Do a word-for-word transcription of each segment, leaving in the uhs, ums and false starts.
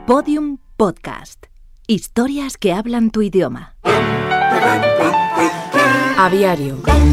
Podium Podcast. Historias que hablan tu idioma. Aviario.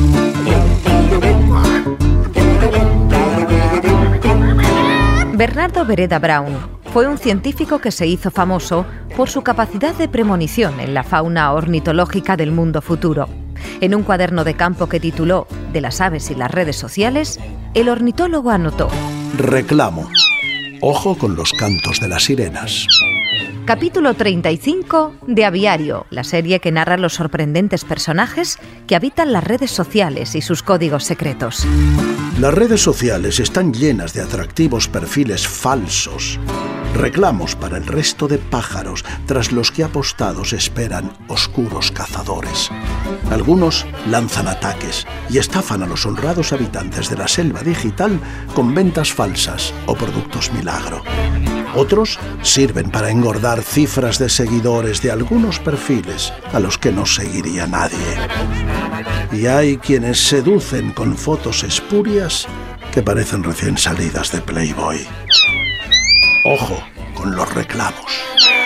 Bernardo Vereda Brown fue un científico que se hizo famoso por su capacidad de premonición en la fauna ornitológica del mundo futuro. En un cuaderno de campo que tituló De las aves y las redes sociales, el ornitólogo anotó: reclamo. Ojo con los cantos de las sirenas. Capítulo treinta y cinco de Aviario, la serie que narra los sorprendentes personajes que habitan las redes sociales y sus códigos secretos. Las redes sociales están llenas de atractivos perfiles falsos, reclamos para el resto de pájaros tras los que apostados esperan oscuros cazadores. Algunos lanzan ataques y estafan a los honrados habitantes de la selva digital con ventas falsas o productos milagro. Otros sirven para engordar cifras de seguidores de algunos perfiles a los que no seguiría nadie. Y hay quienes seducen con fotos espurias que parecen recién salidas de Playboy. Ojo con los reclamos.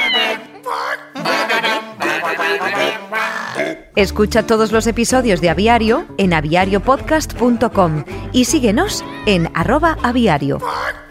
Escucha todos los episodios de Aviario en aviario podcast punto com y síguenos en arroba aviario.